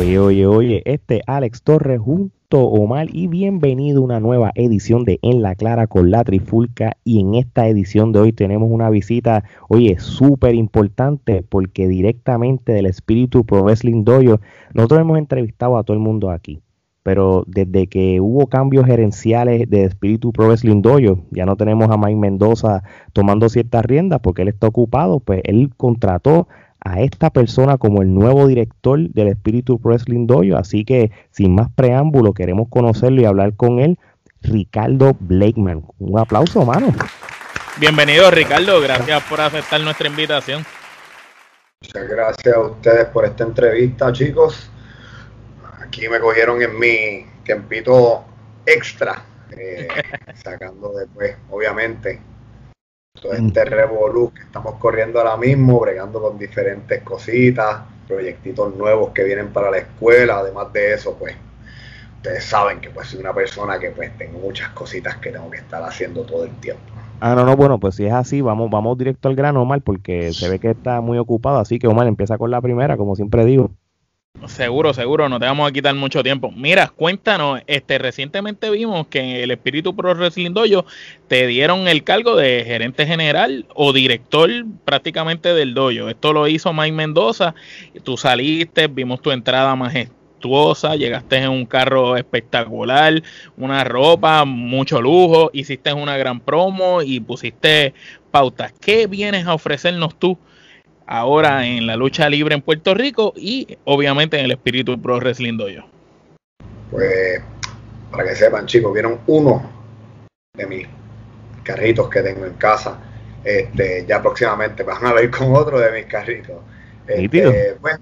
Oye, este Alex Torres junto a Omar y bienvenido a una nueva edición de En la Clara con la Trifulca y en esta edición de hoy tenemos una visita, oye, súper importante porque directamente del Espíritu Pro Wrestling Dojo, nosotros hemos entrevistado a todo el mundo aquí, pero desde que hubo cambios gerenciales de Espíritu Pro Wrestling Dojo, ya no tenemos a Mike Mendoza tomando ciertas riendas porque él está ocupado, pues él contrató a esta persona como el nuevo director del Espíritu Pro Wrestling Dojo, así que sin más preámbulo queremos conocerlo y hablar con él, Ricardo Blakeman. Un aplauso, mano. Bienvenido, Ricardo, gracias por aceptar nuestra invitación. Muchas gracias a ustedes por esta entrevista, chicos. Aquí me cogieron en mi tiempito extra, sacando después, obviamente, todo este revolú que estamos corriendo ahora mismo, bregando con diferentes cositas, proyectitos nuevos que vienen para la escuela. Además de eso, pues, ustedes saben que pues soy una persona que pues tengo muchas cositas que tengo que estar haciendo todo el tiempo. No, bueno, pues si es así, vamos directo al grano, Omar, porque se ve que está muy ocupado, así que Omar, empieza con la primera, como siempre digo. Seguro, no te vamos a quitar mucho tiempo. Mira, cuéntanos, recientemente vimos que en el Espíritu Pro Wrestling Dojo te dieron el cargo de gerente general o director prácticamente del dojo. Esto lo hizo Mike Mendoza, tú saliste, vimos tu entrada majestuosa, llegaste en un carro espectacular, una ropa, mucho lujo, hiciste una gran promo y pusiste pautas. ¿Qué vienes a ofrecernos tú ahora en la lucha libre en Puerto Rico y obviamente en el Espíritu Pro Wrestling Dojo? Pues, para que sepan, chicos, vieron uno de mis carritos que tengo en casa. Ya próximamente van a ver con otro de mis carritos. Pues,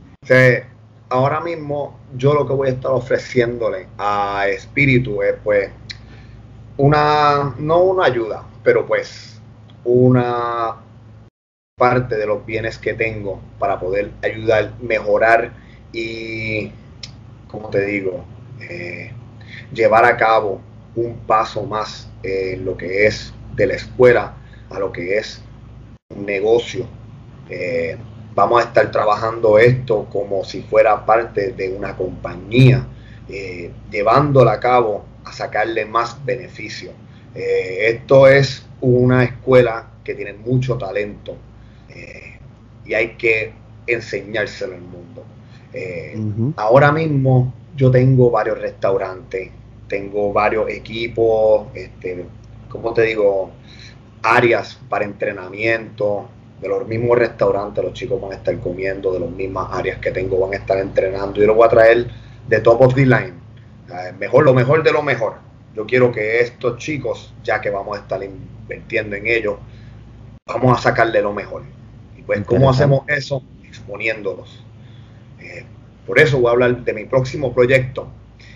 ahora mismo yo lo que voy a estar ofreciéndole a Espíritu es pues no una ayuda, pero pues una parte de los bienes que tengo para poder ayudar, mejorar y, como te digo, llevar a cabo un paso más en lo que es de la escuela a lo que es un negocio. Vamos a estar trabajando esto como si fuera parte de una compañía, llevándola a cabo a sacarle más beneficio. Esto es una escuela que tiene mucho talento. Y hay que enseñárselo al mundo. Ahora mismo yo tengo varios restaurantes, tengo varios equipos, ¿cómo te digo? Áreas para entrenamiento. De los mismos restaurantes los chicos van a estar comiendo, de las mismas áreas que tengo van a estar entrenando. Yo lo voy a traer de top of the line, lo mejor de lo mejor. Yo quiero que estos chicos, ya que vamos a estar invirtiendo en ellos, vamos a sacarle lo mejor. Pues, ¿cómo hacemos eso? Exponiéndolos. Por eso voy a hablar de mi próximo proyecto,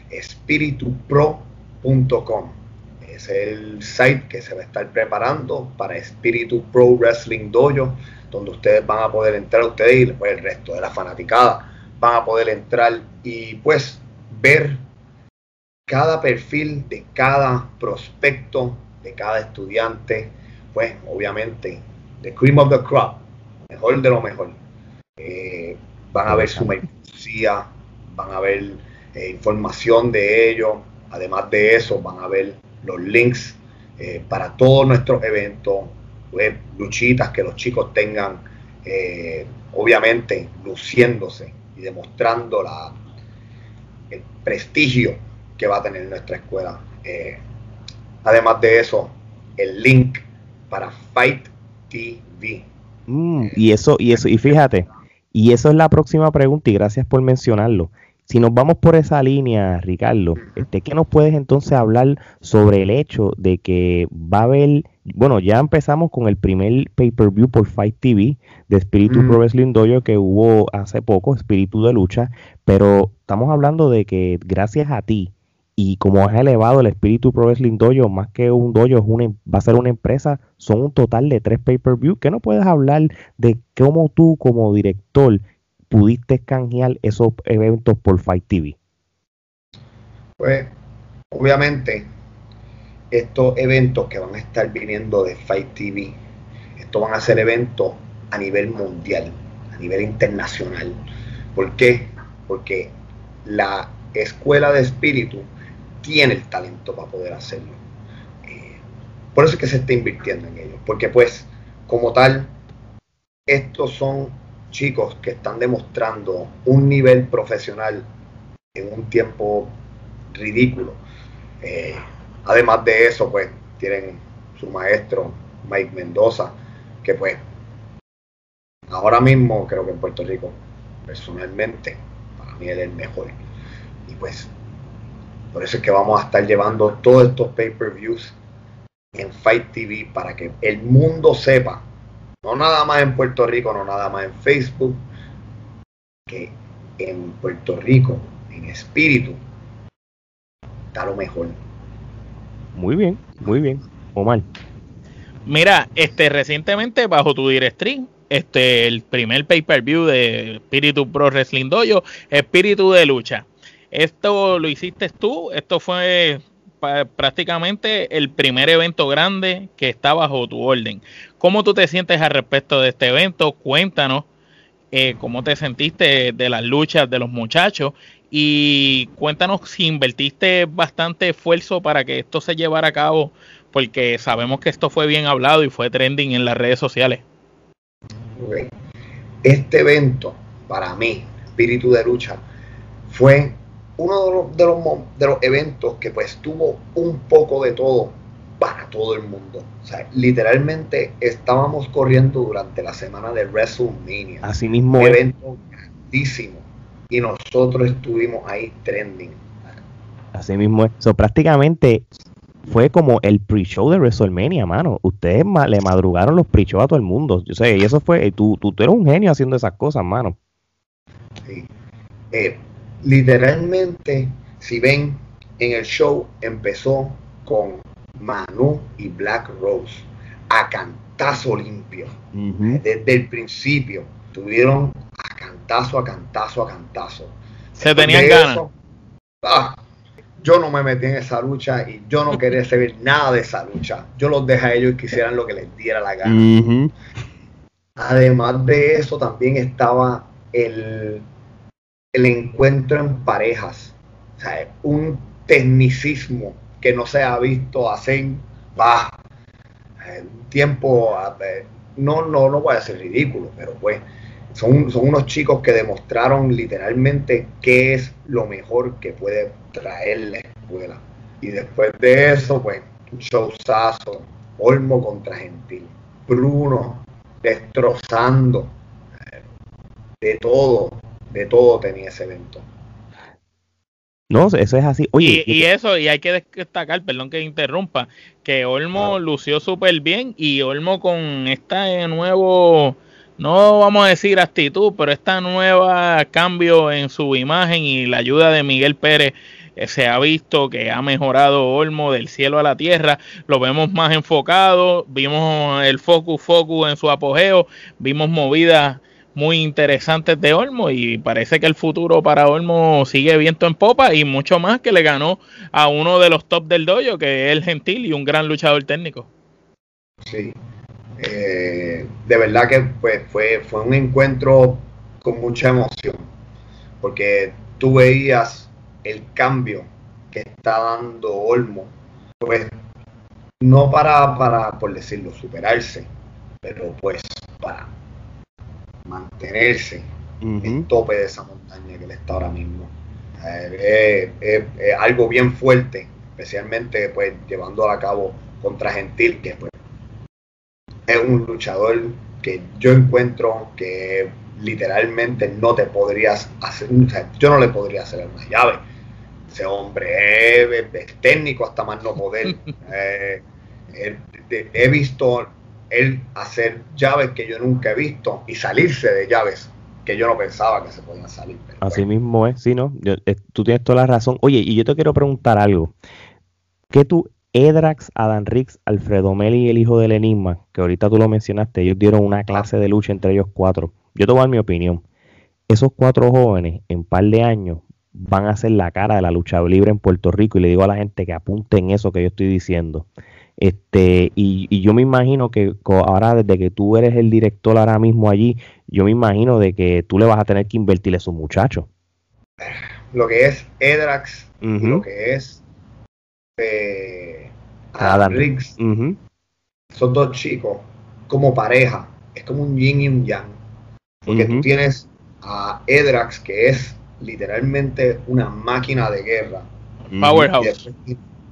espiritupro.com. Es el site que se va a estar preparando para Espíritu Pro Wrestling Dojo, donde ustedes van a poder entrar, ustedes y pues, el resto de la fanaticada van a poder entrar y pues ver cada perfil de cada prospecto, de cada estudiante, pues obviamente, the cream of the crop, mejor de lo mejor. Van a ver su mercancía, van a ver información de ellos. Además de eso, van a ver los links para todos nuestros eventos, luchitas que los chicos tengan, obviamente luciéndose y demostrando el prestigio que va a tener nuestra escuela. Además de eso, el link para Fight TV. Y fíjate, y eso es la próxima pregunta y gracias por mencionarlo. Si nos vamos por esa línea, Ricardo, ¿qué nos puedes entonces hablar sobre el hecho de que va a haber, bueno, ya empezamos con el primer pay-per-view por Fight TV de Espíritu Pro Wrestling Dojo que hubo hace poco, Espíritu de Lucha, pero estamos hablando de que gracias a ti y como has elevado el Espíritu Pro Wrestling Dojo, más que un dojo, va a ser una empresa, son un total de 3 pay-per-view. ¿Qué nos puedes hablar de cómo tú como director pudiste canjear esos eventos por Fight TV? Pues, obviamente, estos eventos que van a estar viniendo de Fight TV, estos van a ser eventos a nivel mundial, a nivel internacional. ¿Por qué? Porque la escuela de espíritu tiene el talento para poder hacerlo. Por eso es que se está invirtiendo en ellos, porque pues como tal, estos son chicos que están demostrando un nivel profesional en un tiempo ridículo. Además de eso, pues tienen su maestro Mike Mendoza, que pues ahora mismo creo que en Puerto Rico, personalmente, para mí él es el mejor. Y pues por eso es que vamos a estar llevando todos estos pay-per-views en Fight TV para que el mundo sepa, no nada más en Puerto Rico, no nada más en Facebook, que en Puerto Rico, en espíritu, está lo mejor. Muy bien, Omar. Mira, recientemente bajo tu directriz, el primer pay-per-view de Espíritu Pro Wrestling Dojo, Espíritu de Lucha. Esto lo hiciste tú, esto fue prácticamente el primer evento grande que está bajo tu orden. ¿Cómo tú te sientes al respecto de este evento? Cuéntanos cómo te sentiste de las luchas de los muchachos y cuéntanos si invertiste bastante esfuerzo para que esto se llevara a cabo, porque sabemos que esto fue bien hablado y fue trending en las redes sociales. Okay. Este evento, para mí, Espíritu de Lucha, fue uno de los eventos que pues tuvo un poco de todo para todo el mundo. O sea, literalmente estábamos corriendo durante la semana de WrestleMania. Así mismo un evento grandísimo. Y nosotros estuvimos ahí trending. Así mismo es. So, prácticamente fue como el pre-show de WrestleMania, mano. Ustedes le madrugaron los pre-shows a todo el mundo. Yo sé, y eso fue, tú eres un genio haciendo esas cosas, mano. Sí. Literalmente, si ven, en el show empezó con Manu y Black Rose a cantazo limpio. Desde el principio tuvieron a cantazo. Se tenían ganas. Yo no me metí en esa lucha y yo no quería saber nada de esa lucha. Yo los dejé a ellos que hicieran lo que les diera la gana. Además de eso, también estaba el encuentro en parejas. O sea, un tecnicismo que no se ha visto hace un tiempo. No voy a ser ridículo, pero pues son unos chicos que demostraron literalmente qué es lo mejor que puede traer la escuela. Y después de eso, pues, un showzazo. Olmo contra Gentil, Bruno destrozando. De todo tenía ese evento. No, eso es así. Oye, y hay que destacar, perdón que interrumpa, que Olmo lució súper bien, y Olmo con este nuevo, no vamos a decir actitud, pero esta nueva cambio en su imagen y la ayuda de Miguel Pérez, se ha visto que ha mejorado Olmo del cielo a la tierra. Lo vemos más enfocado, vimos el focus en su apogeo, vimos movidas muy interesantes de Olmo, y parece que el futuro para Olmo sigue viento en popa, y mucho más que le ganó a uno de los top del dojo, que es el Gentil y un gran luchador técnico. Sí, de verdad que pues, fue un encuentro con mucha emoción, porque tú veías el cambio que está dando Olmo, pues no para por decirlo, superarse, pero pues para mantenerse en tope de esa montaña que él está ahora mismo. Algo bien fuerte, especialmente pues llevando a cabo contra Gentil, que pues es un luchador que yo encuentro que literalmente no te podrías hacer, o sea, yo no le podría hacer una llave. Ese hombre es técnico hasta más no poder. He visto él hacer llaves que yo nunca he visto y salirse de llaves que yo no pensaba que se podían salir. Así mismo es, sí, ¿no? Tú tienes toda la razón. Oye, y yo te quiero preguntar algo. ¿Qué tú, Edrax, Adam Riggs, Alfredo Meli y el hijo del Enigma, que ahorita tú lo mencionaste, ellos dieron una clase de lucha entre ellos 4? Yo te voy a dar mi opinión. Esos 4 jóvenes, en un par de años, van a ser la cara de la lucha libre en Puerto Rico, y le digo a la gente que apunten eso que yo estoy diciendo. Y yo me imagino que ahora, desde que tú eres el director ahora mismo allí, yo me imagino de que tú le vas a tener que invertir a esos muchachos. lo que es Edrax y lo Ujú. que es Adam. Adam Riggs, Ujú. esos dos chicos, como pareja, es como un yin y un yang. Porque tú Ujú. tienes a Edrax, que es literalmente una máquina de guerra. Y Powerhouse. después,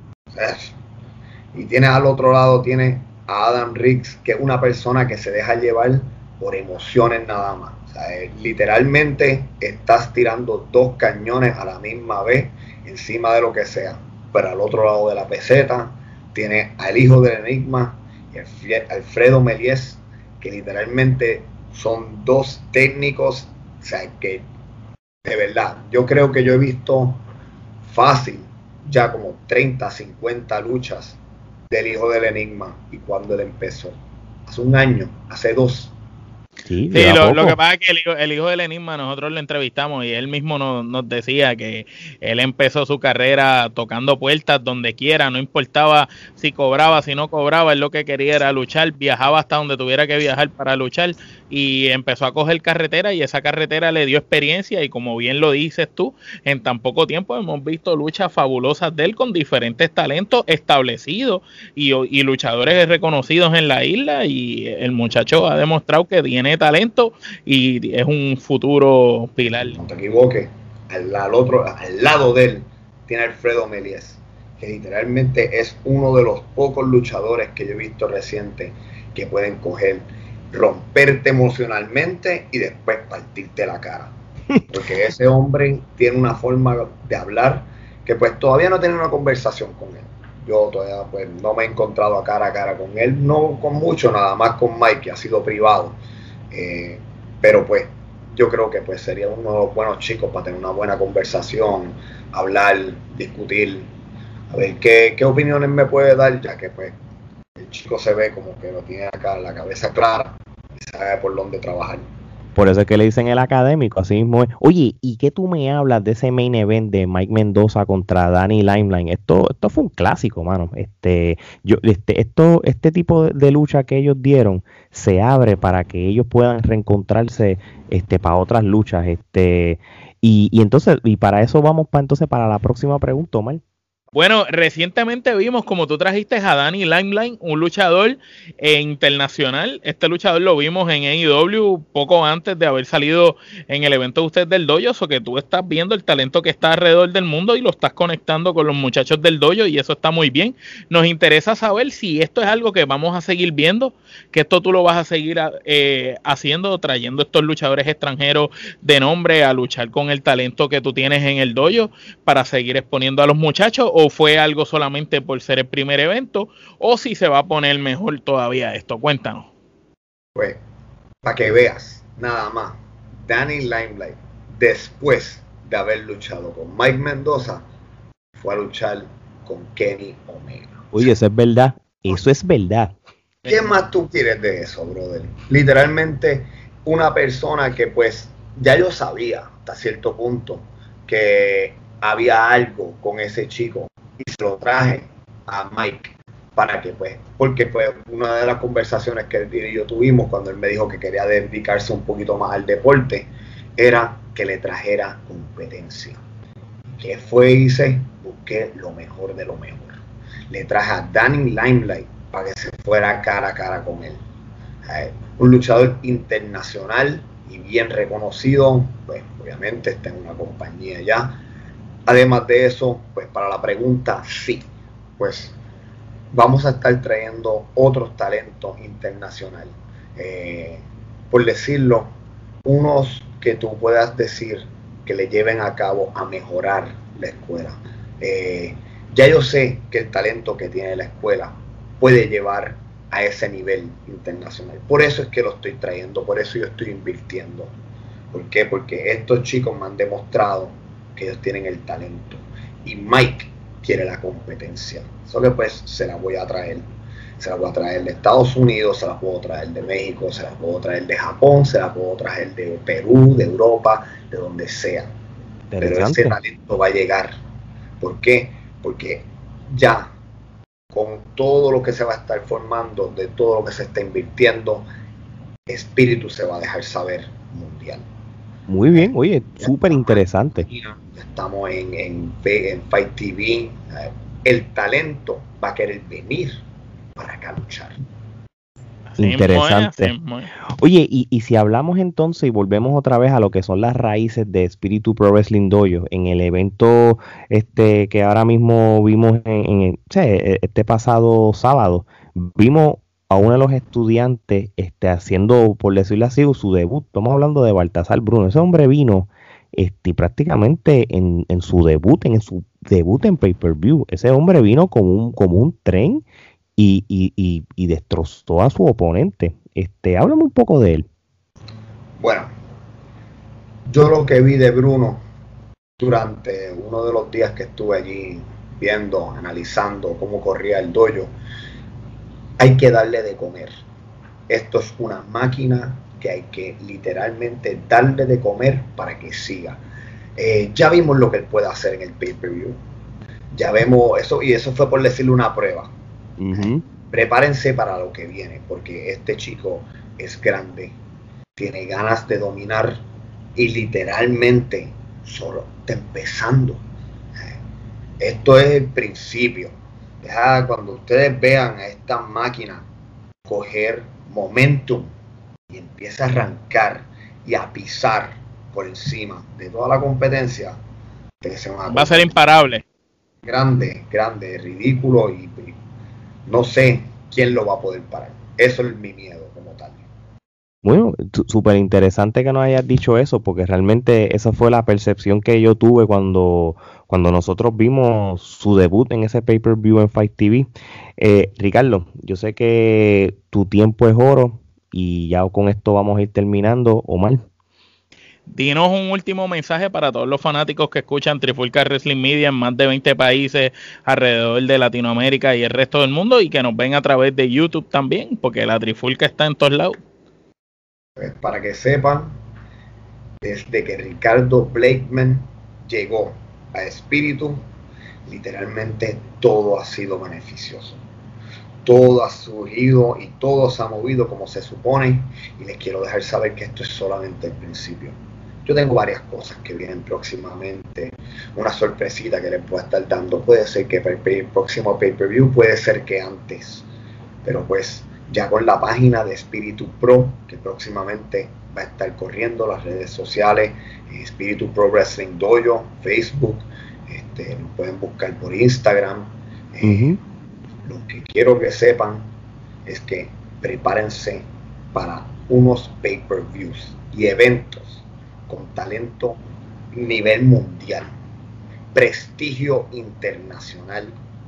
y tienes al otro lado, tienes a Adam Riggs, que es una persona que se deja llevar por emociones nada más. O sea, literalmente estás tirando dos cañones a la misma vez encima de lo que sea. Pero al otro lado de la peseta tienes al hijo del Enigma y Alfredo Méliès, que literalmente son dos técnicos, o sea, que de verdad, yo creo que yo he visto fácil ya como 30, 50 luchas del hijo del Enigma. Y cuando él empezó, hace un año, hace dos. Sí, Sí, lleva lo que poco. pasa es que el hijo del Enigma nosotros lo entrevistamos y él mismo nos decía que él empezó su carrera tocando puertas donde quiera, no importaba si cobraba, si no cobraba, él lo que quería era luchar, viajaba hasta donde tuviera que viajar para luchar y empezó a coger carretera y esa carretera le dio experiencia y como bien lo dices tú, en tan poco tiempo hemos visto luchas fabulosas de él con diferentes talentos establecidos y luchadores reconocidos en la isla y el muchacho ha demostrado que tiene talento y es un futuro pilar. No te equivoques, al lado de él tiene Alfredo Méliès, que literalmente es uno de los pocos luchadores que yo he visto reciente que pueden coger, romperte emocionalmente y después partirte la cara. Porque ese hombre tiene una forma de hablar que pues todavía no he tenido una conversación con él. Yo todavía pues no me he encontrado a cara con él, no con mucho, nada más con Mike, que ha sido privado. Pero pues yo creo que pues sería uno de los buenos chicos para tener una buena conversación, hablar, discutir, a ver qué opiniones me puede dar, ya que pues el chico se ve como que lo tiene acá la cabeza clara y sabe por dónde trabajar. Por eso es que le dicen el académico, así mismo es. Oye, ¿y qué tú me hablas de ese main event de Mike Mendoza contra Danny Limelight? Esto fue un clásico, mano. Este tipo de lucha que ellos dieron se abre para que ellos puedan reencontrarse, para otras luchas, y entonces, y para eso vamos entonces para la próxima pregunta, Omar. Bueno, recientemente vimos como tú trajiste a Danny Limelight, un luchador internacional. Este luchador lo vimos en AEW poco antes de haber salido en el evento de ustedes del dojo, o que tú estás viendo el talento que está alrededor del mundo y lo estás conectando con los muchachos del dojo y eso está muy bien. Nos interesa saber si esto es algo que vamos a seguir viendo, que esto tú lo vas a seguir haciendo, trayendo estos luchadores extranjeros de nombre a luchar con el talento que tú tienes en el dojo para seguir exponiendo a los muchachos, o fue algo solamente por ser el primer evento, o si se va a poner mejor todavía esto. Cuéntanos. Pues, para que veas, nada más, Danny Limelight, después de haber luchado con Mike Mendoza, fue a luchar con Kenny Omega. Oye, eso es verdad. Eso es verdad. ¿Qué más tú quieres de eso, brother? Literalmente, una persona que pues ya yo sabía hasta cierto punto que había algo con ese chico y se lo traje a Mike para que pues, porque pues una de las conversaciones que él y yo tuvimos cuando él me dijo que quería dedicarse un poquito más al deporte era que le trajera competencia. ¿Qué fue? Hice, busqué lo mejor de lo mejor. Le traje a Danny Limelight para que se fuera cara a cara con él. Un luchador internacional y bien reconocido, pues obviamente está en una compañía ya. Además de eso, pues para la pregunta, sí, pues vamos a estar trayendo otros talentos internacionales. Por decirlo, unos que tú puedas decir que le lleven a cabo a mejorar la escuela. Ya yo sé que el talento que tiene la escuela puede llevar a ese nivel internacional. Por eso es que lo estoy trayendo, por eso yo estoy invirtiendo. ¿Por qué? Porque estos chicos me han demostrado que ellos tienen el talento. Y Mike quiere la competencia. Eso que pues se la voy a traer. Se la voy a traer de Estados Unidos, se la puedo traer de México, se la puedo traer de Japón, se la puedo traer de Perú, de Europa, de donde sea. Pero ese talento va a llegar. ¿Por qué? Porque ya con todo lo que se va a estar formando, de todo lo que se está invirtiendo, espíritu se va a dejar saber mundial. Muy bien, oye, súper interesante. Estamos en Fight TV. El talento va a querer venir para acá luchar. Interesante. Oye, y si hablamos entonces y volvemos otra vez a lo que son las raíces de Espíritu Pro Wrestling Dojo, en el evento que ahora mismo vimos este pasado sábado, vimos a uno de los estudiantes haciendo, por decirlo así, su debut. Estamos hablando de Baltasar Bruno. Ese hombre vino prácticamente en su debut en pay-per-view. Ese hombre vino como un tren y destrozó a su oponente. Háblame un poco de él. Bueno, yo lo que vi de Bruno durante uno de los días que estuve allí viendo, analizando cómo corría el dojo, hay que darle de comer. Esto es una máquina que hay que literalmente darle de comer para que siga. Ya vimos lo que él puede hacer en el pay-per-view. Ya vemos eso, y eso fue por decirle una prueba. Uh-huh. Prepárense para lo que viene, porque este chico es grande, tiene ganas de dominar y literalmente solo está empezando. Esto es el principio. Ya cuando ustedes vean a esta máquina coger momentum y empieza a arrancar y a pisar por encima de toda la competencia, va a ser imparable. Grande, ridículo, y no sé quién lo va a poder parar. Eso es mi miedo como tal. Bueno, súper interesante que nos hayas dicho eso, porque realmente esa fue la percepción que yo tuve cuando nosotros vimos su debut en ese pay-per-view en Fight TV. Ricardo, yo sé que tu tiempo es oro y ya con esto vamos a ir terminando. Omar. Dinos un último mensaje para todos los fanáticos que escuchan Trifulca Wrestling Media en más de 20 países alrededor de Latinoamérica y el resto del mundo, y que nos ven a través de YouTube también, porque la Trifulca está en todos lados. Pues para que sepan, desde que Ricardo Blakeman llegó a Espíritu, literalmente todo ha sido beneficioso. Todo ha surgido y todo se ha movido como se supone, y les quiero dejar saber que esto es solamente el principio. Yo tengo varias cosas que vienen próximamente, una sorpresita que les voy a estar dando. Puede ser que el próximo pay-per-view, puede ser que antes, pero pues ya con la página de Espíritu Pro, que próximamente va a estar corriendo las redes sociales, Espíritu Pro Wrestling Dojo, Facebook, nos pueden buscar por Instagram. Lo que quiero que sepan es que prepárense para unos pay-per-views y eventos con talento nivel mundial, prestigio internacional.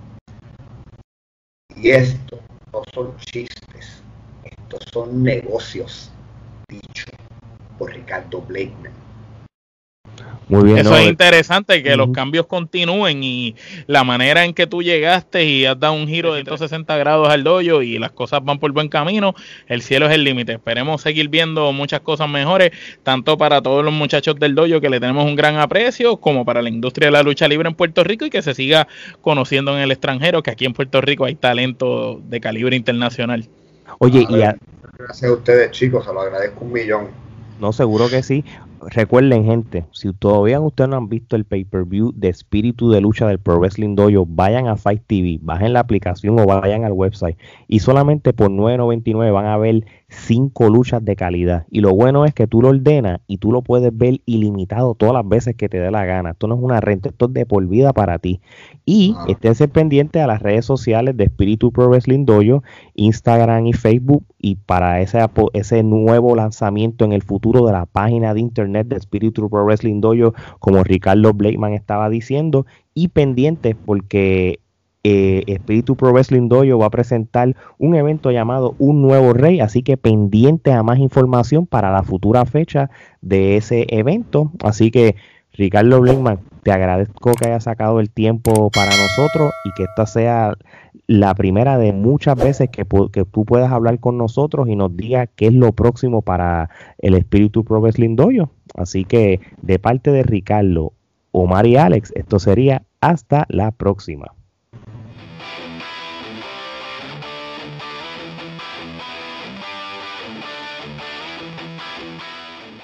Y esto no son chistes, estos son negocios, dicho por Ricardo Blakeman. Muy bien, eso es interesante, que los cambios continúen, y la manera en que tú llegaste y has dado un giro de 160 grados al dojo y las cosas van por buen camino. El cielo es el límite. Esperemos seguir viendo muchas cosas mejores, tanto para todos los muchachos del dojo, que le tenemos un gran aprecio, como para la industria de la lucha libre en Puerto Rico, y que se siga conociendo en el extranjero, que aquí en Puerto Rico hay talento de calibre internacional. Oye, gracias a ustedes, chicos, se lo agradezco 1,000,000. No, seguro que sí. Recuerden, gente, si todavía ustedes no han visto el pay-per-view de Espíritu de Lucha del Pro Wrestling Dojo, vayan a Fight TV, bajen la aplicación o vayan al website, y solamente por $9.99 van a ver 5 luchas de calidad. Y lo bueno es que tú lo ordenas y tú lo puedes ver ilimitado todas las veces que te dé la gana. Esto no es una renta, esto es de por vida para ti. Y esténse pendientes a las redes sociales de Espíritu Pro Wrestling Dojo, Instagram y Facebook, y para ese nuevo lanzamiento en el futuro de la página de internet de Espíritu Pro Wrestling Dojo, como Ricardo Blakeman estaba diciendo, y pendientes porque Espíritu Pro Wrestling Dojo va a presentar un evento llamado Un Nuevo Rey, así que pendientes a más información para la futura fecha de ese evento. Así que, Ricardo Blakeman, te agradezco que hayas sacado el tiempo para nosotros, y que esta sea la primera de muchas veces que tú puedas hablar con nosotros y nos digas qué es lo próximo para el Espíritu Pro Wrestling Dojo. Así que, de parte de Ricardo, Omar y Alex, esto sería hasta la próxima.